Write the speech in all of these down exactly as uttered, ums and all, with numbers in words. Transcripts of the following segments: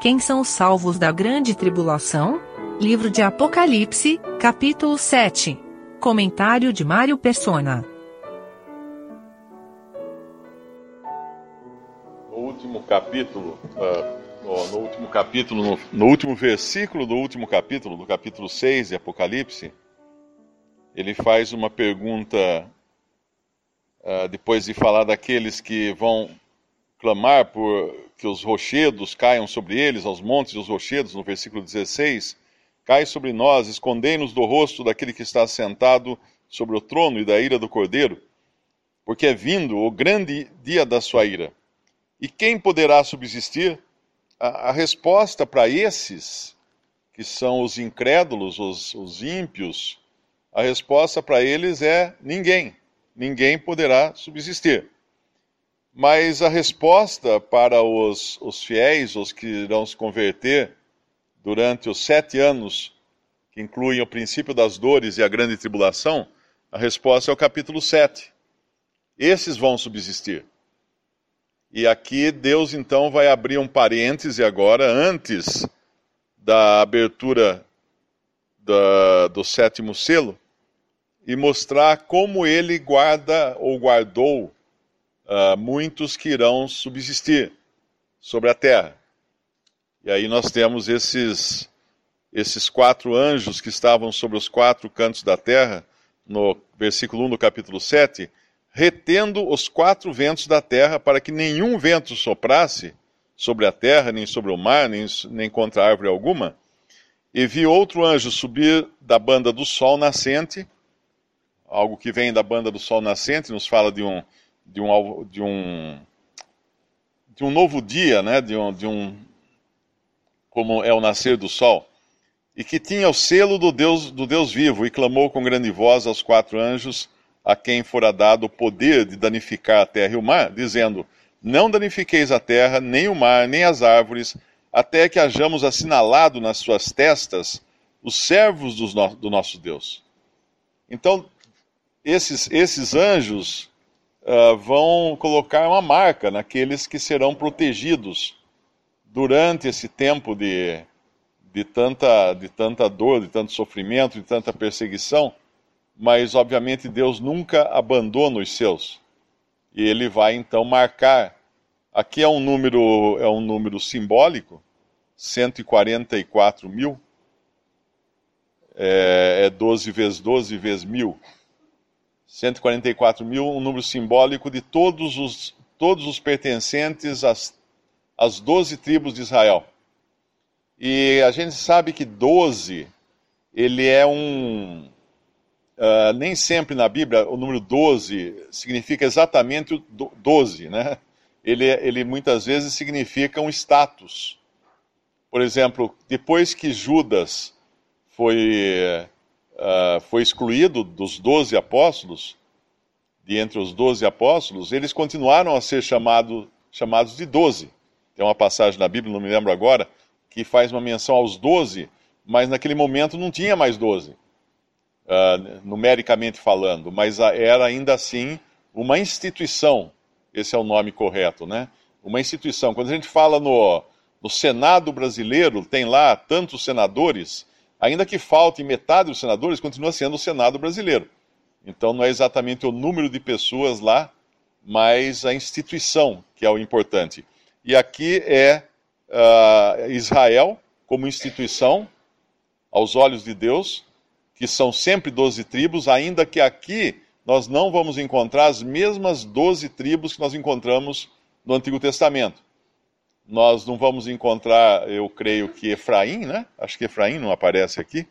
Quem são os salvos da grande tribulação? Livro de Apocalipse, capítulo sete. Comentário de Mário Persona. No último capítulo, uh, no último capítulo, no, no último versículo do último capítulo, do capítulo seis de Apocalipse, ele faz uma pergunta, uh, depois de falar daqueles que vão clamar por que os rochedos caiam sobre eles, aos montes e os rochedos, no versículo dezesseis, cai sobre nós, escondei-nos do rosto daquele que está sentado sobre o trono e da ira do Cordeiro, porque é vindo o grande dia da sua ira. E quem poderá subsistir? A, a resposta para esses, que são os incrédulos, os, os ímpios, a resposta para eles é ninguém. Ninguém poderá subsistir. Mas a resposta para os, os fiéis, os que irão se converter durante os sete anos, que incluem o princípio das dores e a grande tribulação, a resposta é o capítulo sete. Esses vão subsistir. E aqui Deus então vai abrir um parêntese agora, antes da abertura da, do sétimo selo, e mostrar como ele guarda ou guardou Uh, muitos que irão subsistir sobre a terra. E aí nós temos esses, esses quatro anjos que estavam sobre os quatro cantos da terra, no versículo um do capítulo sete, retendo os quatro ventos da terra para que nenhum vento soprasse sobre a terra, nem sobre o mar, nem, nem contra árvore alguma. E vi outro anjo subir da banda do sol nascente, algo que vem da banda do sol nascente, nos fala de um De um, de, um, de um novo dia, né? de, um, de um, como é o nascer do sol, e que tinha o selo do Deus, do Deus vivo, e clamou com grande voz aos quatro anjos, a quem fora dado o poder de danificar a terra e o mar, dizendo: não danifiqueis a terra, nem o mar, nem as árvores, até que hajamos assinalado nas suas testas os servos do, no, do nosso Deus. Então, esses, esses anjos Uh, vão colocar uma marca naqueles que serão protegidos durante esse tempo de, de, tanta, de tanta dor, de tanto sofrimento, de tanta perseguição, mas obviamente Deus nunca abandona os seus. E ele vai então marcar. Aqui é um número, é um número simbólico, cento e quarenta e quatro mil, é, é doze vezes doze vezes mil. cento e quarenta e quatro mil, um número simbólico de todos os, todos os pertencentes às, às doze tribos de Israel. E a gente sabe que doze, ele é um... Uh, nem sempre na Bíblia o número doze significa exatamente o doze, né? Ele, ele muitas vezes significa um status. Por exemplo, depois que Judas foi... Uh, foi excluído dos doze apóstolos, de entre os doze apóstolos, eles continuaram a ser chamado, chamados de doze. Tem uma passagem na Bíblia, não me lembro agora, que faz uma menção aos doze, mas naquele momento não tinha mais doze, uh, numericamente falando, mas era ainda assim uma instituição, esse é o nome correto, né? Uma instituição. Quando a gente fala no, no Senado brasileiro, tem lá tantos senadores, ainda que falte metade dos senadores, continua sendo o Senado brasileiro. Então não é exatamente o número de pessoas lá, mas a instituição que é o importante. E aqui é uh, Israel como instituição, aos olhos de Deus, que são sempre doze tribos, ainda que aqui nós não vamos encontrar as mesmas doze tribos que nós encontramos no Antigo Testamento. Nós não vamos encontrar, eu creio que Efraim, né? Acho que Efraim não aparece aqui.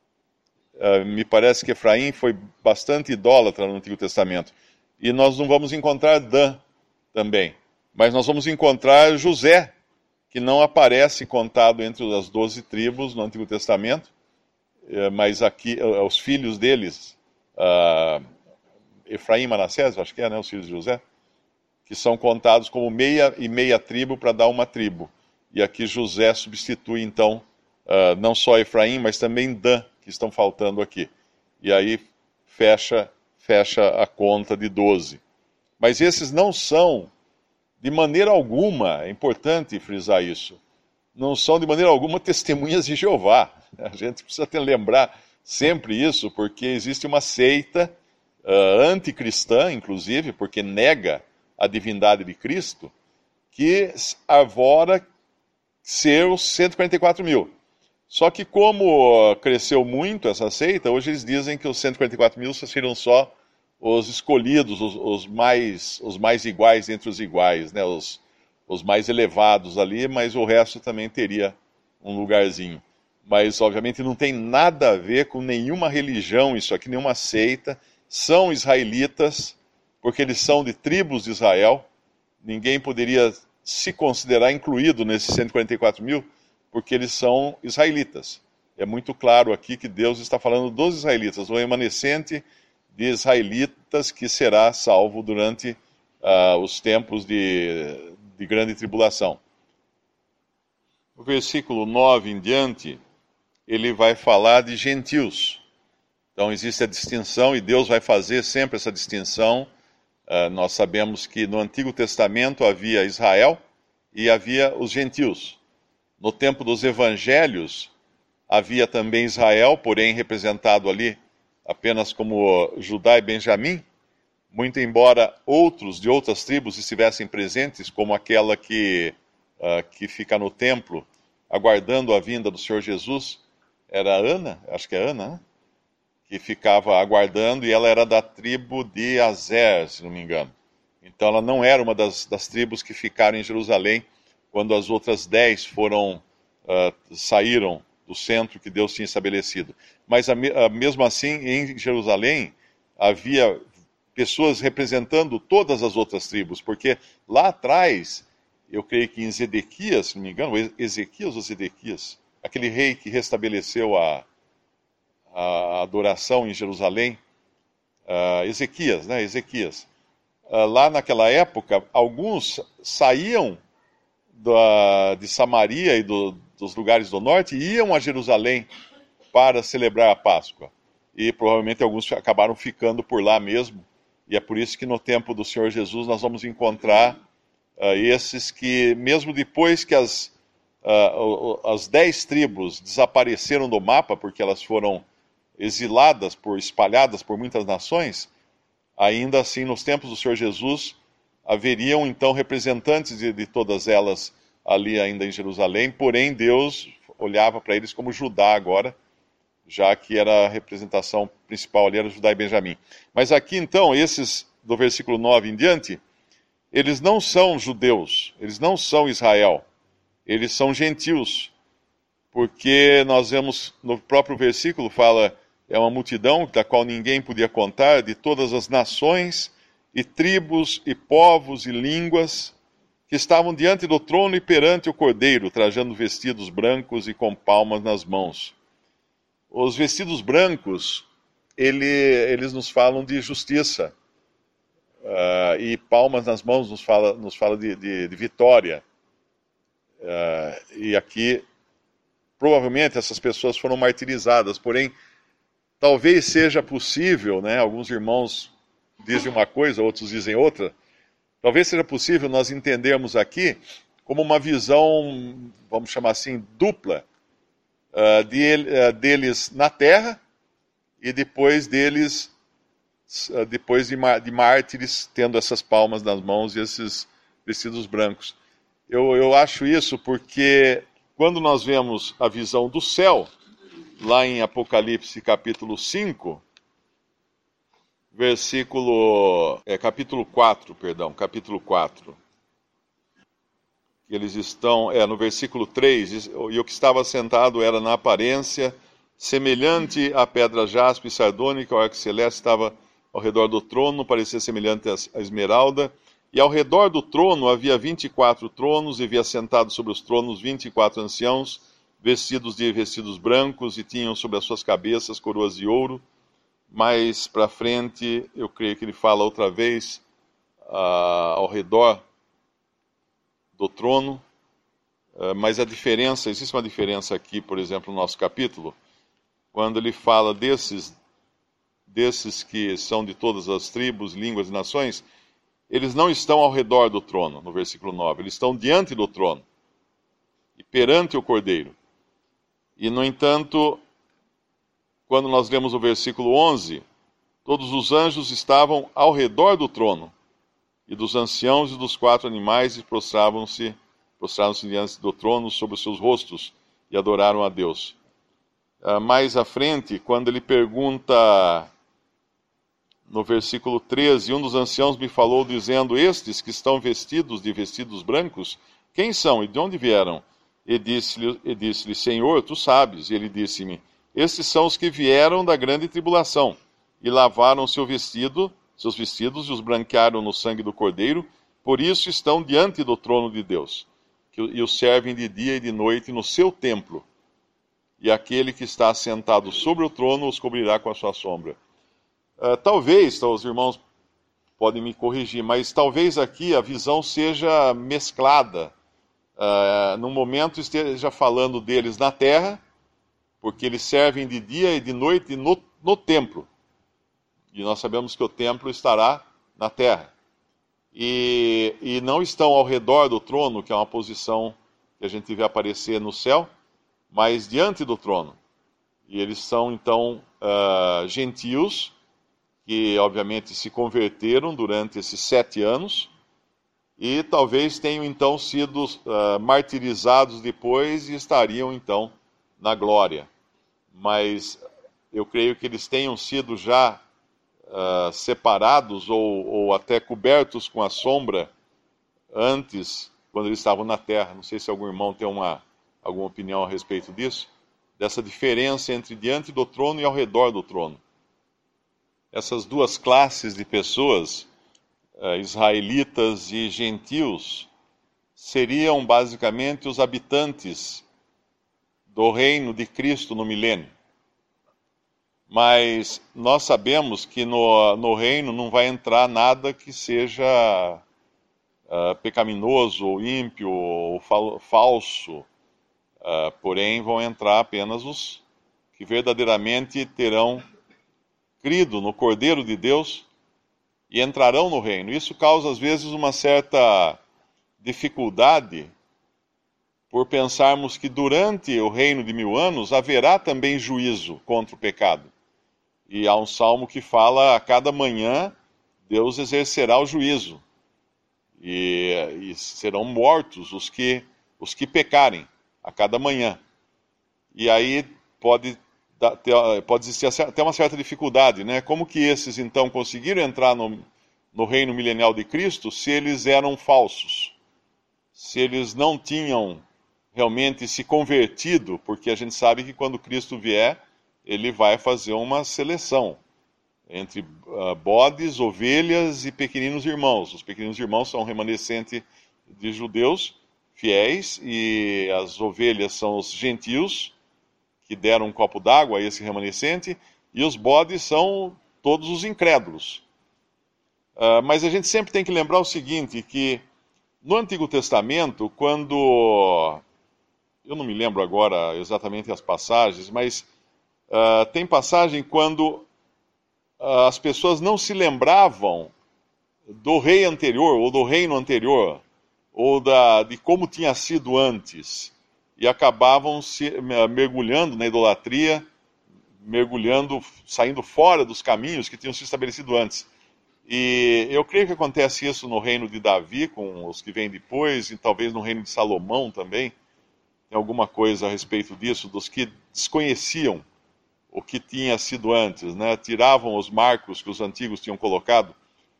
Uh, me parece que Efraim foi bastante idólatra no Antigo Testamento. E nós não vamos encontrar Dan também. Mas nós vamos encontrar José, que não aparece contado entre as doze tribos no Antigo Testamento. Uh, mas aqui, uh, os filhos deles, uh, Efraim e Manassés, acho que é, né? Os filhos de José, que são contados como meia e meia tribo para dar uma tribo. E aqui José substitui, então, uh, não só Efraim, mas também Dan, que estão faltando aqui. E aí fecha, fecha a conta de doze. Mas esses não são, de maneira alguma, é importante frisar isso, não são de maneira alguma testemunhas de Jeová. A gente precisa ter, lembrar sempre isso, porque existe uma seita uh, anticristã, inclusive, porque nega a divindade de Cristo, que arvora ser os cento e quarenta e quatro mil. Só que como cresceu muito essa seita, hoje eles dizem que os cento e quarenta e quatro mil seriam só os escolhidos, os, os, mais, os mais iguais entre os iguais, né? os, os mais elevados ali, mas o resto também teria um lugarzinho. Mas, obviamente, não tem nada a ver com nenhuma religião, isso aqui, nenhuma seita. São israelitas, porque eles são de tribos de Israel. Ninguém poderia se considerar incluído nesses cento e quarenta e quatro mil, porque eles são israelitas. É muito claro aqui que Deus está falando dos israelitas, o remanescente de israelitas que será salvo durante uh, os tempos de, de grande tribulação. No versículo nove em diante, ele vai falar de gentios. Então existe a distinção, e Deus vai fazer sempre essa distinção. Uh, nós sabemos que no Antigo Testamento havia Israel e havia os gentios. No tempo dos evangelhos, havia também Israel, porém representado ali apenas como Judá e Benjamim, muito embora outros de outras tribos estivessem presentes, como aquela que, uh, que fica no templo, aguardando a vinda do Senhor Jesus. Era Ana, acho que é Ana, né? Que ficava aguardando, e ela era da tribo de Azer, se não me engano. Então ela não era uma das, das tribos que ficaram em Jerusalém quando as outras dez foram, uh, saíram do centro que Deus tinha estabelecido. Mas a, a, mesmo assim, em Jerusalém, havia pessoas representando todas as outras tribos, porque lá atrás, eu creio que em Zedequias, se não me engano, Ezequias ou Zedequias, aquele rei que restabeleceu a, a adoração em Jerusalém, uh, Ezequias, né, Ezequias. Uh, lá naquela época, alguns saíam da, de Samaria e do, dos lugares do norte e iam a Jerusalém para celebrar a Páscoa. E provavelmente alguns acabaram ficando por lá mesmo. E é por isso que no tempo do Senhor Jesus nós vamos encontrar uh, esses que, mesmo depois que as, uh, as dez tribos desapareceram do mapa, porque elas foram exiladas, por, espalhadas por muitas nações, ainda assim, nos tempos do Senhor Jesus, haveriam então representantes de, de todas elas ali ainda em Jerusalém, porém Deus olhava para eles como Judá agora, já que era a representação principal ali, era Judá e Benjamim. Mas aqui então, esses do versículo nove em diante, eles não são judeus, eles não são Israel, eles são gentios, porque nós vemos no próprio versículo, fala, é uma multidão da qual ninguém podia contar, de todas as nações e tribos e povos e línguas, que estavam diante do trono e perante o Cordeiro, trajando vestidos brancos e com palmas nas mãos. Os vestidos brancos, ele, eles nos falam de justiça, uh, e palmas nas mãos nos fala, nos fala de, de, de vitória. Uh, e aqui, provavelmente, essas pessoas foram martirizadas, porém, talvez seja possível, né, alguns irmãos dizem uma coisa, outros dizem outra, talvez seja possível nós entendermos aqui como uma visão, vamos chamar assim, dupla, Uh, de, uh, deles na terra e depois deles, uh, depois de, de mártires, tendo essas palmas nas mãos e esses vestidos brancos. Eu, eu acho isso porque quando nós vemos a visão do céu, lá em Apocalipse capítulo cinco, versículo, é, capítulo quatro, perdão, capítulo quatro, eles estão, é, no versículo três, e o que estava sentado era na aparência semelhante à pedra jaspe e sardônica, o arco celeste estava ao redor do trono, parecia semelhante à esmeralda, e ao redor do trono havia vinte e quatro tronos, e havia sentado sobre os tronos vinte e quatro anciãos, vestidos de vestidos brancos, e tinham sobre as suas cabeças coroas de ouro. Mais para frente, eu creio que ele fala outra vez, uh, ao redor do trono, uh, mas a diferença, existe uma diferença aqui, por exemplo, no nosso capítulo, quando ele fala desses, desses que são de todas as tribos, línguas e nações, eles não estão ao redor do trono, no versículo nove, eles estão diante do trono. e perante o Cordeiro. E, no entanto, quando nós lemos o versículo onze, todos os anjos estavam ao redor do trono, e dos anciãos e dos quatro animais, e prostravam-se, prostraram-se diante do trono sobre os seus rostos, e adoraram a Deus. Uh, mais à frente, quando ele pergunta, no versículo treze, um dos anciãos me falou dizendo, estes que estão vestidos de vestidos brancos, quem são e de onde vieram? E disse-lhe, e disse-lhe, Senhor, tu sabes. E ele disse-me, estes são os que vieram da grande tribulação, e lavaram seu vestido, seus vestidos, e os branquearam no sangue do Cordeiro, por isso estão diante do trono de Deus, que, e os servem de dia e de noite no seu templo. E aquele que está sentado sobre o trono os cobrirá com a sua sombra. Uh, talvez, então, os irmãos podem me corrigir, mas talvez aqui a visão seja mesclada. Uh, num momento esteja falando deles na terra, porque eles servem de dia e de noite no, no templo. E nós sabemos que o templo estará na terra. E, e não estão ao redor do trono, que é uma posição que a gente vê aparecer no céu, mas diante do trono. E eles são, então, uh, gentios, que obviamente se converteram durante esses sete anos, e talvez tenham então sido uh, martirizados depois e estariam então na glória. Mas eu creio que eles tenham sido já uh, separados ou, ou até cobertos com a sombra antes, quando eles estavam na terra. Não sei se algum irmão tem uma, alguma opinião a respeito disso, dessa diferença entre diante do trono e ao redor do trono. Essas duas classes de pessoas, uh, israelitas e gentios, seriam basicamente os habitantes do reino de Cristo no milênio. Mas nós sabemos que no, no reino não vai entrar nada que seja uh, pecaminoso, ou ímpio, ou fal falso. Uh, porém, vão entrar apenas os que verdadeiramente terão crido no Cordeiro de Deus e entrarão no reino. Isso causa, às vezes, uma certa dificuldade por pensarmos que durante o reino de mil anos haverá também juízo contra o pecado. E há um salmo que fala, a cada manhã Deus exercerá o juízo. E, e serão mortos os que, os que pecarem a cada manhã. E aí pode, ter, pode existir até uma certa dificuldade, né? Como que esses então conseguiram entrar no, no reino milenial de Cristo se eles eram falsos? Se eles não tinham realmente se convertido, porque a gente sabe que quando Cristo vier, ele vai fazer uma seleção entre uh, bodes, ovelhas e pequeninos irmãos. Os pequeninos irmãos são um remanescente de judeus fiéis, e as ovelhas são os gentios, que deram um copo d'água a esse remanescente, e os bodes são todos os incrédulos. Uh, mas a gente sempre tem que lembrar o seguinte, que no Antigo Testamento, quando... eu não me lembro agora exatamente as passagens, mas uh, tem passagem quando uh, as pessoas não se lembravam do rei anterior, ou do reino anterior, ou da, de como tinha sido antes, e acabavam se, uh, mergulhando na idolatria, mergulhando, saindo fora dos caminhos que tinham se estabelecido antes. E eu creio que acontece isso no reino de Davi, com os que vêm depois, e talvez no reino de Salomão também. Tem alguma coisa a respeito disso, dos que desconheciam o que tinha sido antes, né? Tiravam os marcos que os antigos tinham colocado.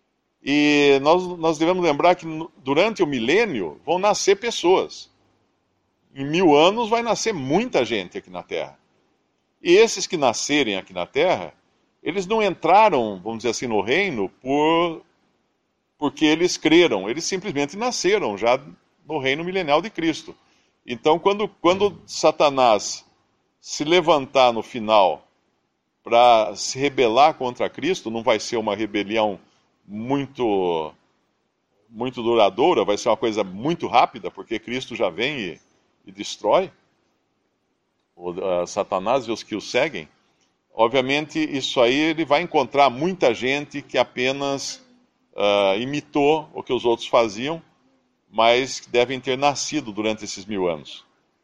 E nós, nós devemos lembrar que durante o milênio vão nascer pessoas. Em mil anos vai nascer muita gente aqui na Terra. E esses que nascerem aqui na Terra, eles não entraram, vamos dizer assim, no reino por, porque eles creram. Eles simplesmente nasceram já no reino milenial de Cristo. Então, quando, quando Satanás se levantar no final para se rebelar contra Cristo, não vai ser uma rebelião muito, muito duradoura, vai ser uma coisa muito rápida, porque Cristo já vem e, e destrói o, uh, Satanás e os que o seguem. Obviamente, isso aí ele vai encontrar muita gente que apenas uh, imitou o que os outros faziam, mas devem ter nascido durante esses mil anos.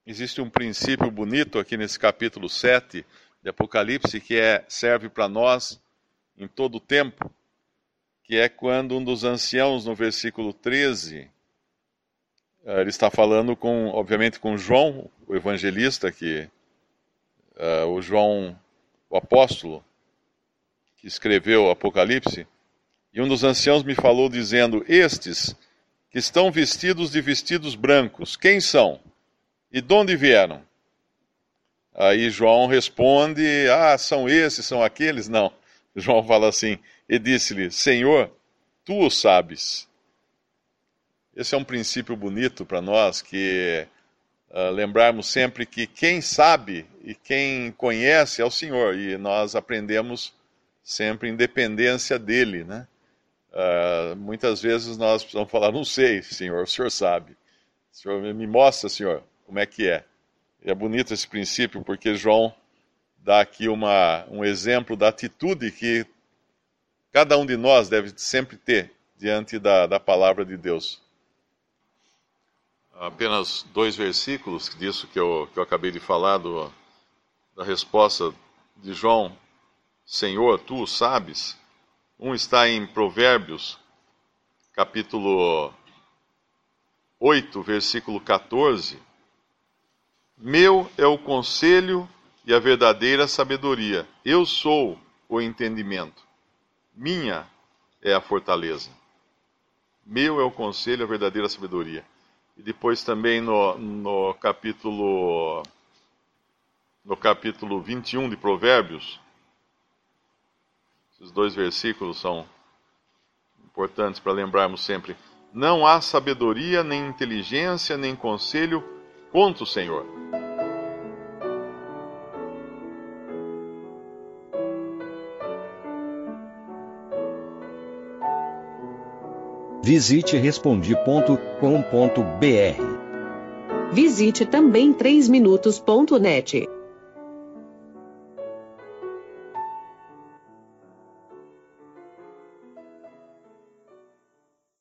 existe um princípio bonito aqui nesse capítulo sete de Apocalipse que é, serve para nós em todo o tempo, que é quando um dos anciãos, no versículo treze, ele está falando, com, obviamente, com João, o evangelista, que, uh, o João, o apóstolo, que escreveu o Apocalipse, e um dos anciãos me falou dizendo: estes que estão vestidos de vestidos brancos, quem são? E de onde vieram? Aí João responde: ah, são esses, são aqueles? Não. João fala assim, e disse-lhe: Senhor, tu o sabes. Esse é um princípio bonito para nós, que uh, lembrarmos sempre que quem sabe e quem conhece é o Senhor, e nós aprendemos sempre em dependência dele, né? Uh, muitas vezes nós precisamos falar: não sei, Senhor, o Senhor sabe. O Senhor me mostra, Senhor, como é que é. E é bonito esse princípio, porque João dá aqui uma, um exemplo da atitude que cada um de nós deve sempre ter diante da, da palavra de Deus. Apenas dois versículos disso que eu, que eu acabei de falar, do, da resposta de João: Senhor, tu o sabes. Um está em Provérbios, capítulo oito, versículo quatorze. Meu é o conselho e a verdadeira sabedoria. Eu sou o entendimento. Minha é a fortaleza. Meu é o conselho e a verdadeira sabedoria. E depois também no, no capítulo no capítulo vinte e um de Provérbios, esses dois versículos são importantes para lembrarmos sempre. Não há sabedoria, nem inteligência, nem conselho contra o Senhor. Visite respondi ponto com ponto br. Visite também três minutos ponto net.